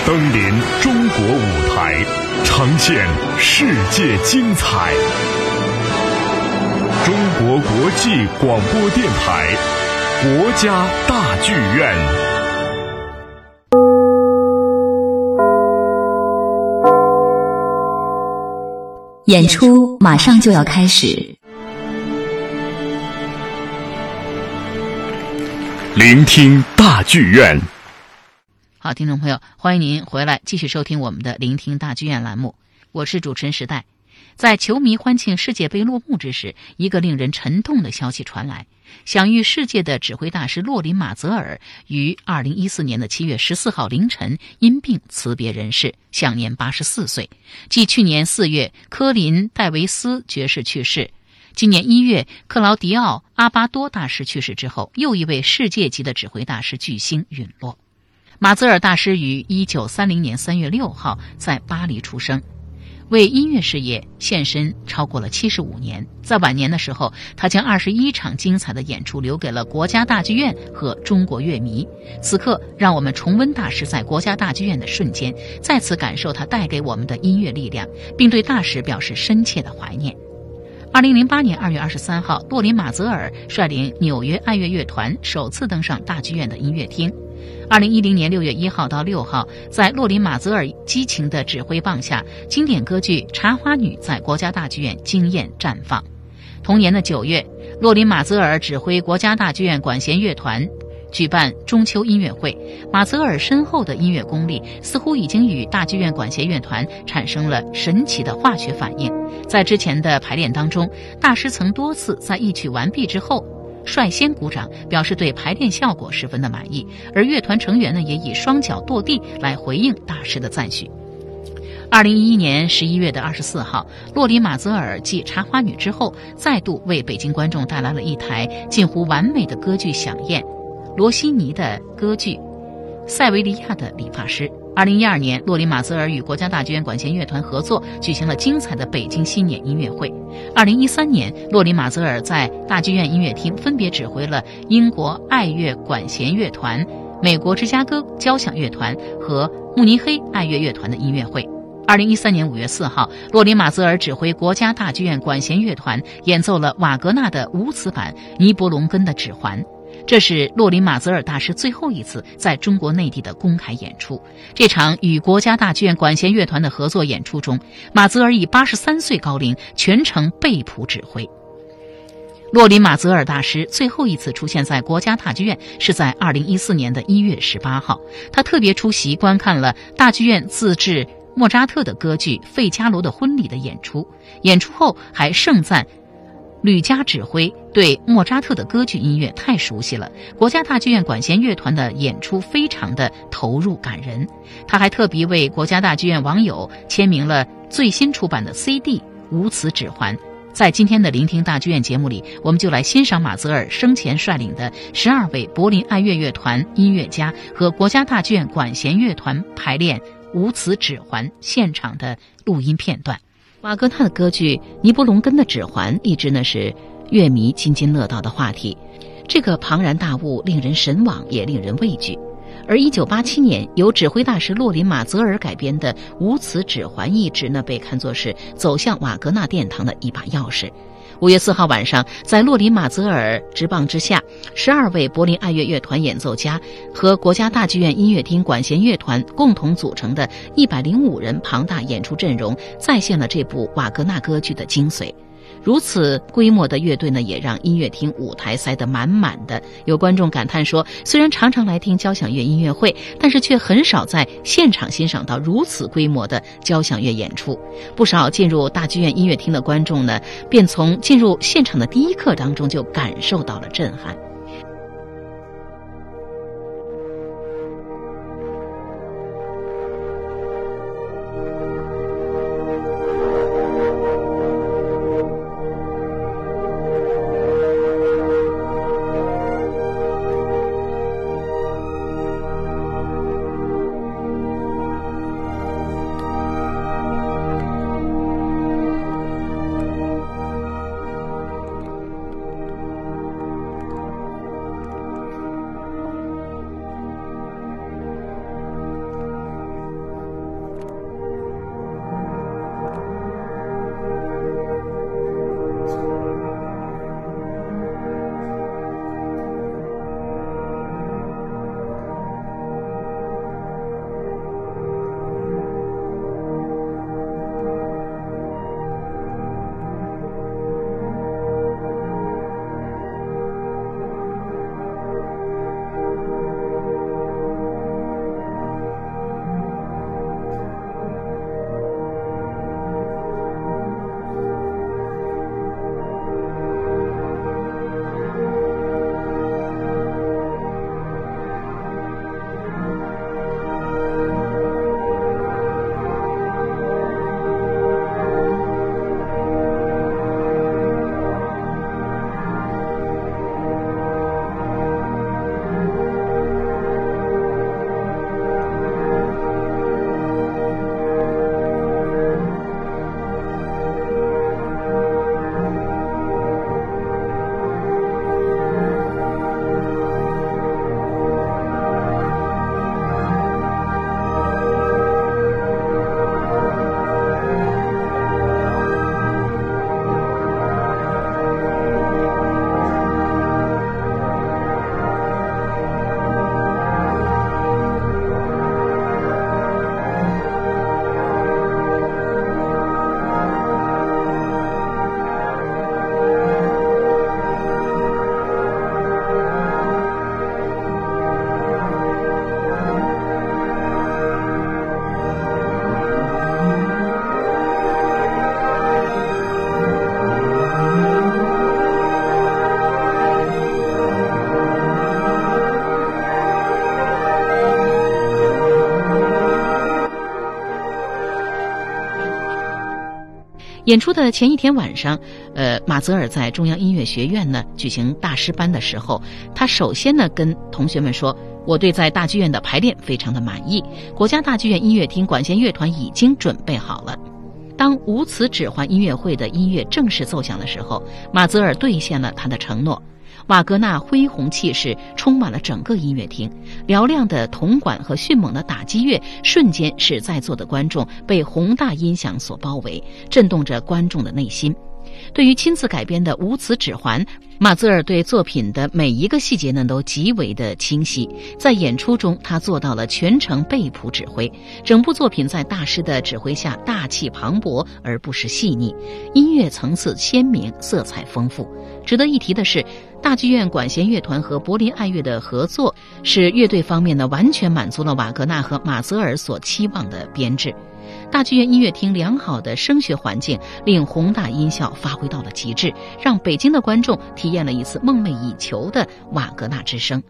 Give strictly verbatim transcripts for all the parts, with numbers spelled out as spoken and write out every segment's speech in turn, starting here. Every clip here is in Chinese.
登临中国舞台，呈现世界精彩。中国国际广播电台，国家大剧院。 演出马上就要开始， 聆听大剧院。 好，听众朋友，欢迎您回来继续收听我们的聆听大剧院栏目，我是主持人时代。在球迷欢庆世界杯落幕之时，一个令人沉痛的消息传来，享誉世界的指挥大师洛林马泽尔于二零一四年的七月十四号凌晨因病辞别人世，享年八十四岁。继去年四月科林戴维斯爵士去世，今年一月克劳迪奥阿巴多大师去世之后，又一位世界级的指挥大师巨星陨落。马泽尔大师于一九三零年三月六号在巴黎出生，为音乐事业献身超过了七十五年。在晚年的时候，他将二十一场精彩的演出留给了国家大剧院和中国乐迷。此刻让我们重温大师在国家大剧院的瞬间，再次感受他带给我们的音乐力量，并对大师表示深切的怀念。二零零八年二月二十三号，洛林马泽尔率领纽约爱乐乐团首次登上大剧院的音乐厅。二零一零年六月一号到六号，在洛林马泽尔激情的指挥棒下，经典歌剧《茶花女》在国家大剧院惊艳绽放。同年的九月，洛林马泽尔指挥国家大剧院管弦乐团举办中秋音乐会。马泽尔深厚的音乐功力似乎已经与大剧院管弦乐团产生了神奇的化学反应。在之前的排练当中，大师曾多次在一曲完毕之后率先鼓掌，表示对排练效果十分的满意，而乐团成员呢也以双脚跺地来回应大师的赞许。二零一一年十一月的二十四号，洛林马泽尔继《茶花女》之后，再度为北京观众带来了一台近乎完美的歌剧飨宴——罗西尼的歌剧《塞维利亚的理发师》。二零一二年，洛林马泽尔与国家大剧院管弦乐团合作举行了精彩的北京新年音乐会。二零一三年，洛林马泽尔在大剧院音乐厅分别指挥了英国爱乐管弦乐团、美国芝加哥交响乐团和慕尼黑爱乐乐团的音乐会。二零一三年五月四号，洛林马泽尔指挥国家大剧院管弦乐团演奏了瓦格纳的无词版《尼伯龙根的指环》。这是洛林马泽尔大师最后一次在中国内地的公开演出。这场与国家大剧院管弦乐团的合作演出中，马泽尔以八十三岁高龄全程背谱指挥。洛林马泽尔大师最后一次出现在国家大剧院是在二零一四年的一月十八号，他特别出席观看了大剧院自制莫扎特的歌剧《费加罗的婚礼》的演出。演出后还盛赞吕嘉指挥对莫扎特的歌剧音乐太熟悉了，国家大剧院管弦乐团的演出非常的投入感人。他还特别为国家大剧院网友签名了最新出版的 C D《无词指环》。在今天的聆听大剧院节目里，我们就来欣赏马泽尔生前率领的十二位柏林爱乐乐团音乐家和国家大剧院管弦乐团排练《无词指环》现场的录音片段。瓦格纳的歌剧《尼伯龙根的指环》一直呢是乐迷津津乐道的话题。这个庞然大物令人神往，也令人畏惧。而一九八七年由指挥大师洛林马泽尔改编的《无词指环》一直呢被看作是走向瓦格纳殿堂的一把钥匙。五月四号晚上，在洛林马泽尔执棒之下，十二位柏林爱乐乐团演奏家和国家大剧院音乐厅管弦乐团共同组成的一百零五人庞大演出阵容，再现了这部瓦格纳歌剧的精髓。如此规模的乐队呢，也让音乐厅舞台塞得满满的。有观众感叹说，虽然常常来听交响乐音乐会，但是却很少在现场欣赏到如此规模的交响乐演出。不少进入大剧院音乐厅的观众呢，便从进入现场的第一刻当中就感受到了震撼。 演出的前一天晚上，呃，马泽尔在中央音乐学院呢举行大师班的时候，他首先呢跟同学们说，我对在大剧院的排练非常的满意，国家大剧院音乐厅管弦乐团已经准备好了。当无词指环音乐会的音乐正式奏响的时候，马泽尔兑现了他的承诺。瓦格纳恢宏气势充满了整个音乐厅，嘹亮的铜管和迅猛的打击乐瞬间使在座的观众被宏大音响所包围，震动着观众的内心。对于亲自改编的无词指环，马泽尔对作品的每一个细节呢都极为的清晰。在演出中，他做到了全程背谱指挥，整部作品在大师的指挥下大气磅礴而不失细腻，音乐层次鲜明，色彩丰富。值得一提的是，大剧院管弦乐团和柏林爱乐的合作，使乐队方面呢完全满足了瓦格纳和马泽尔所期望的编制。大剧院音乐厅良好的声学环境令宏大音效发挥到了极致，让北京的观众体验了一次梦寐以求的瓦格纳之声。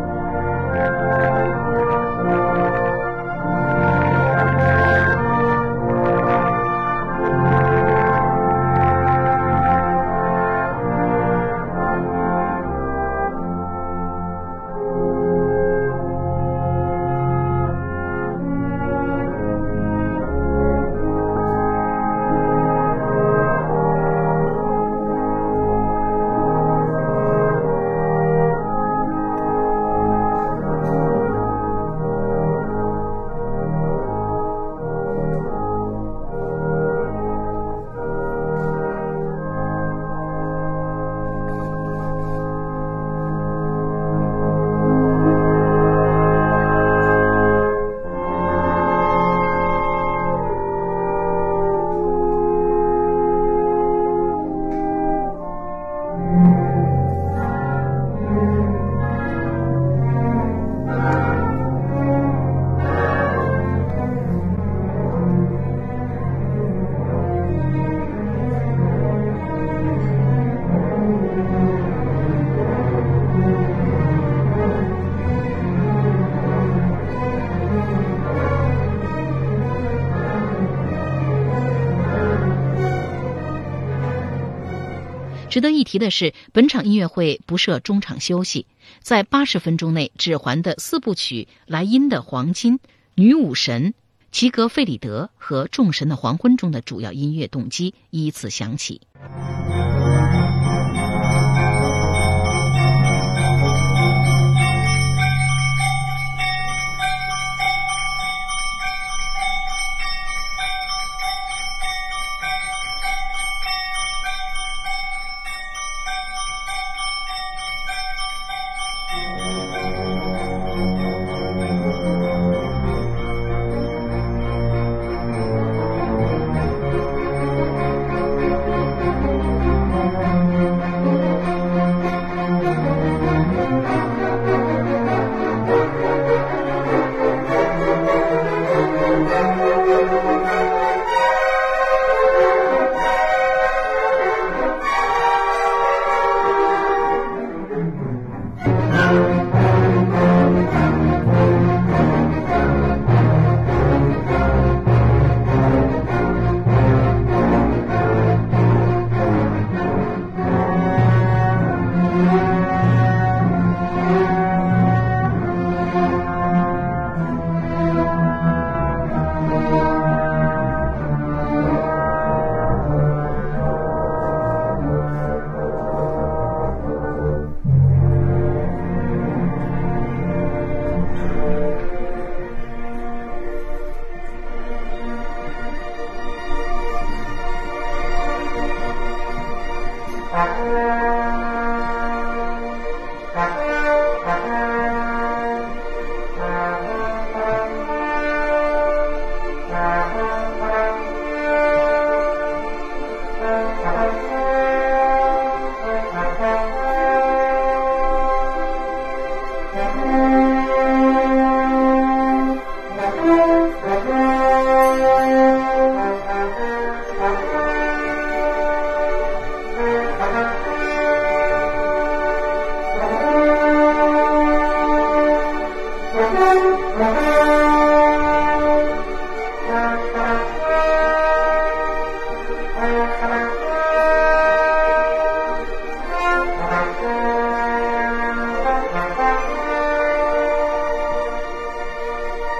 值得一提的是，本场音乐会不设中场休息，在八十分钟内，指环的四部曲莱茵的黄金、女武神、齐格费里德和众神的黄昏中的主要音乐动机依次响起。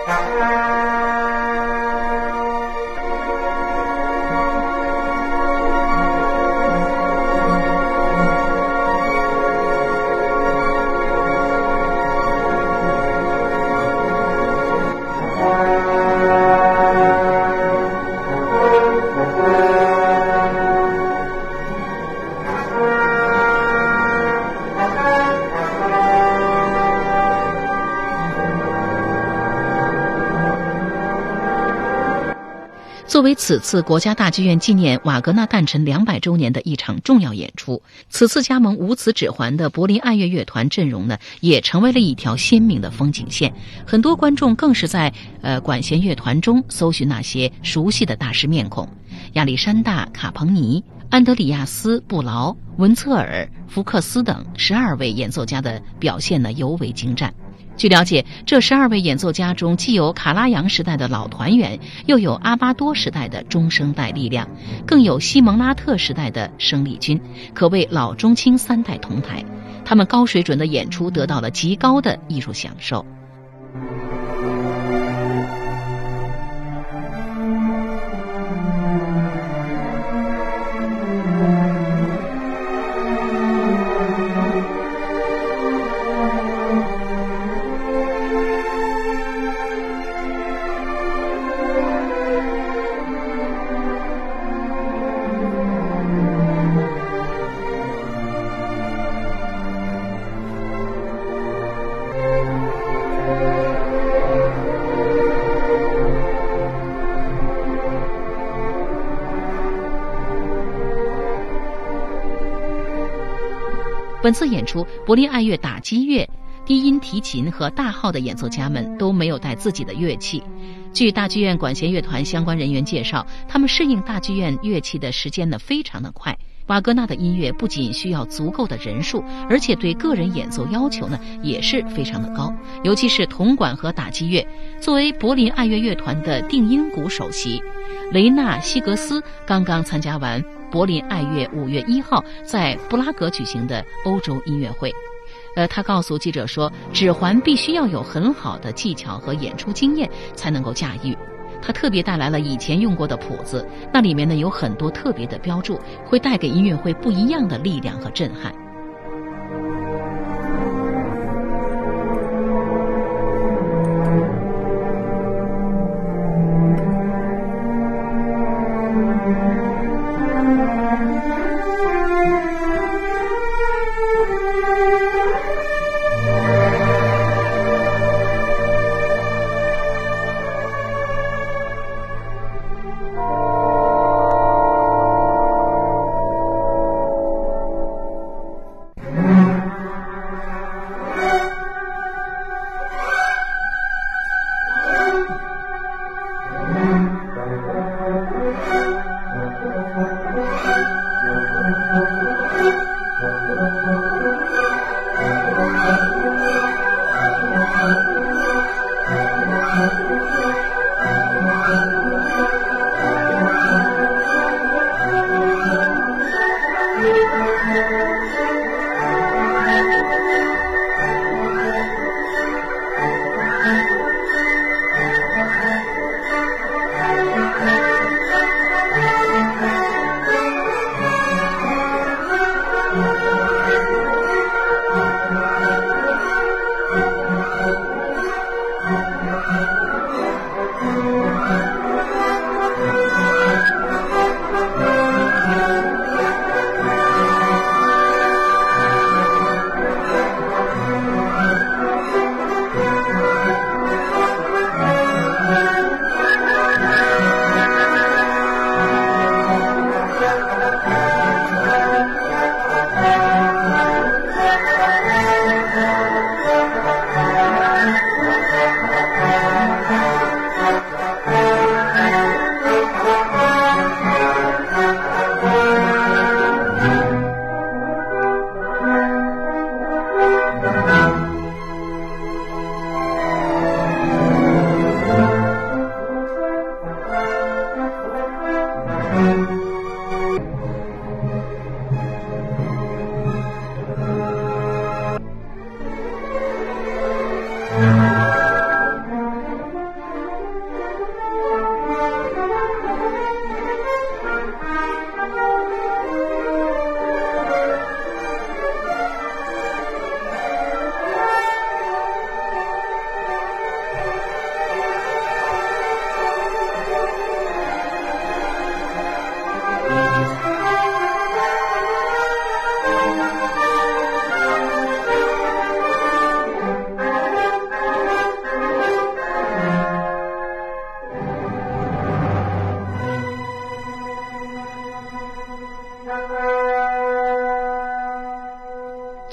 作为此次国家大剧院纪念瓦格纳诞辰两百周年的一场重要演出，此次加盟无词指环的柏林爱乐乐团阵容呢，也成为了一条鲜明的风景线。很多观众更是在呃管弦乐团中搜寻那些熟悉的大师面孔，亚历山大·卡彭尼、安德里亚斯·布劳、文策尔、福克斯等十二位演奏家的表现呢尤为精湛。据了解，这十二位演奏家中既有卡拉扬时代的老团员，又有阿巴多时代的中生代力量，更有西蒙拉特时代的生力军，可谓老中青三代同台。他们高水准的演出得到了极高的艺术享受。本次演出，柏林爱乐打击乐、低音提琴和大号的演奏家们都没有带自己的乐器。据大剧院管弦乐团相关人员介绍，他们适应大剧院乐器的时间呢非常的快。瓦格纳的音乐不仅需要足够的人数，而且对个人演奏要求呢也是非常的高，尤其是铜管和打击乐。作为柏林爱乐乐团的定音鼓首席，雷纳·希格斯刚刚参加完柏林爱乐五月一号在布拉格举行的欧洲音乐会。呃，他告诉记者说，指环必须要有很好的技巧和演出经验才能够驾驭。他特别带来了以前用过的谱子，那里面呢有很多特别的标注，会带给音乐会不一样的力量和震撼。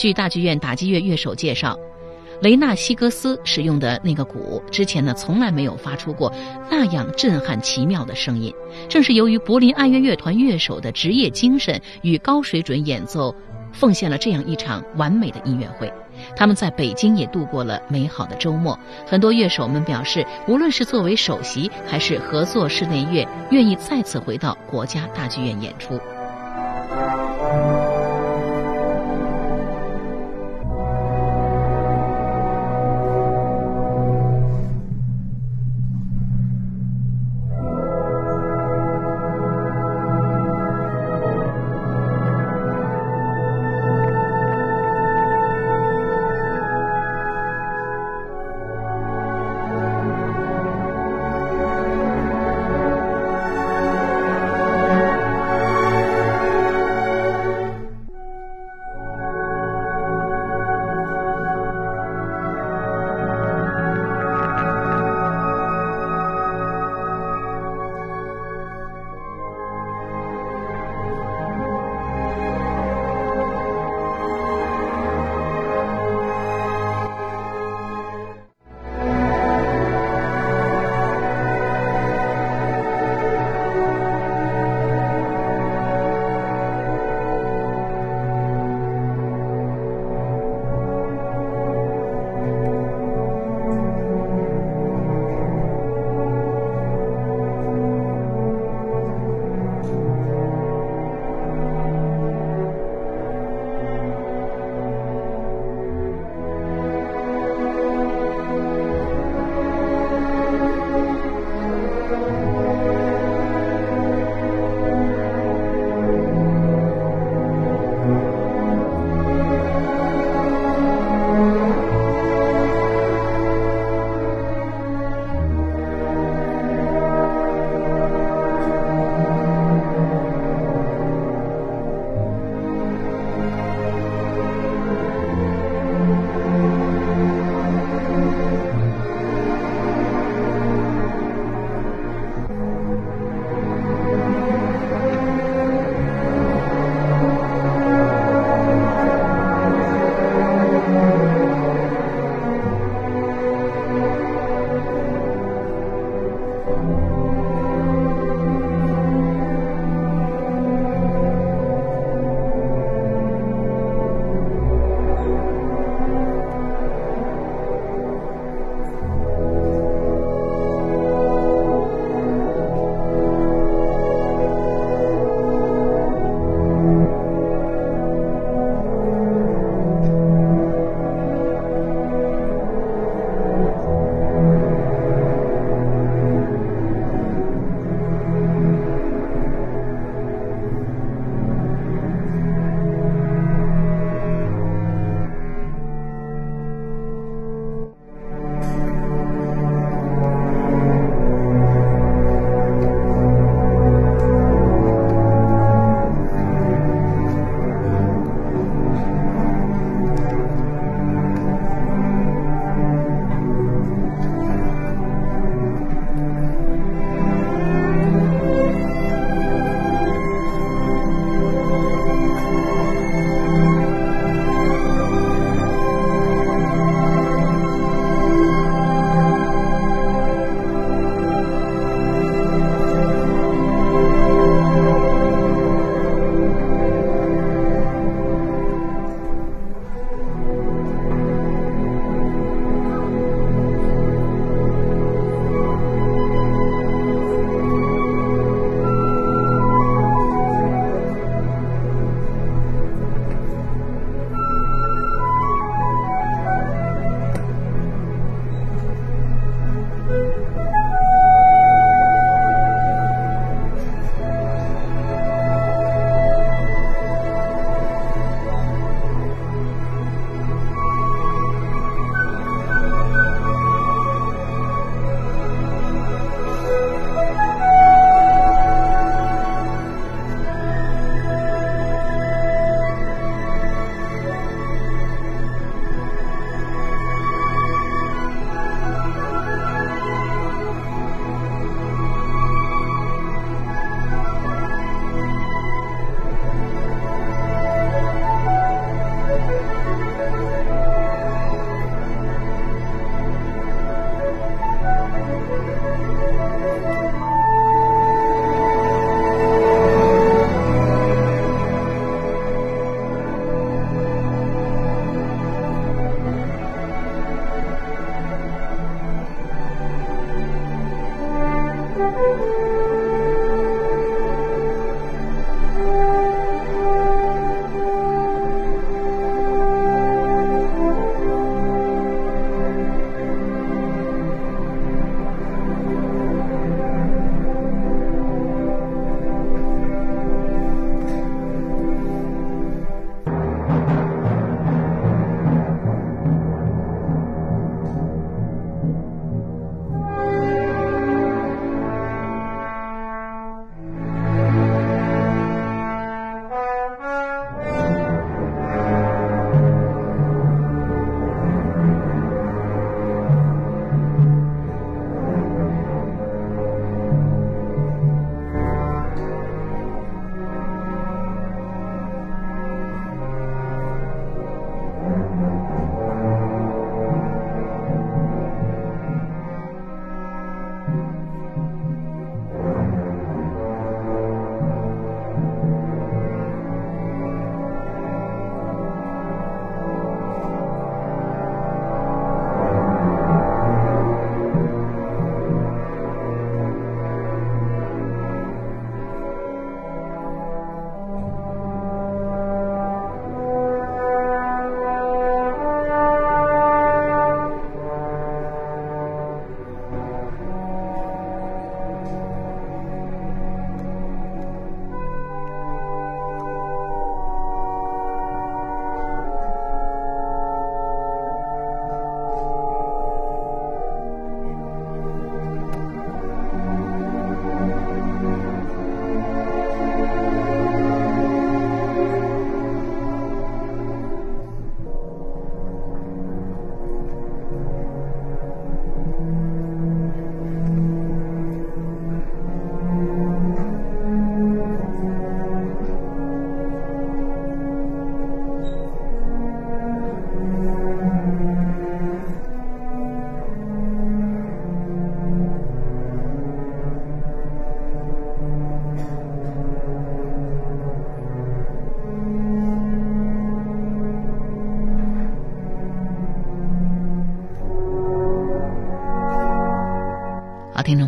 据大剧院打击乐乐手介绍，雷纳西格斯使用的那个鼓之前呢从来没有发出过那样震撼奇妙的声音，正是由于柏林爱乐乐团乐手的职业精神与高水准演奏，奉献了这样一场完美的音乐会。他们在北京也度过了美好的周末，很多乐手们表示，无论是作为首席还是合作室内乐，愿意再次回到国家大剧院演出。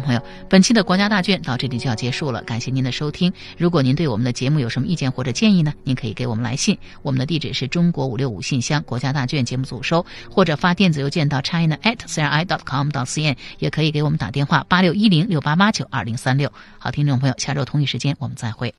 朋友，本期的国家大卷到这里就要结束了，感谢您的收听。如果您对我们的节目有什么意见或者建议呢，您可以给我们来信，我们的地址是中国五六五信箱国家大卷节目组收，或者发电子邮件到 china at c r i dot com dot c n， 也可以给我们打电话八六一零六八八九二零三六。好，听众朋友，下周同一时间我们再会。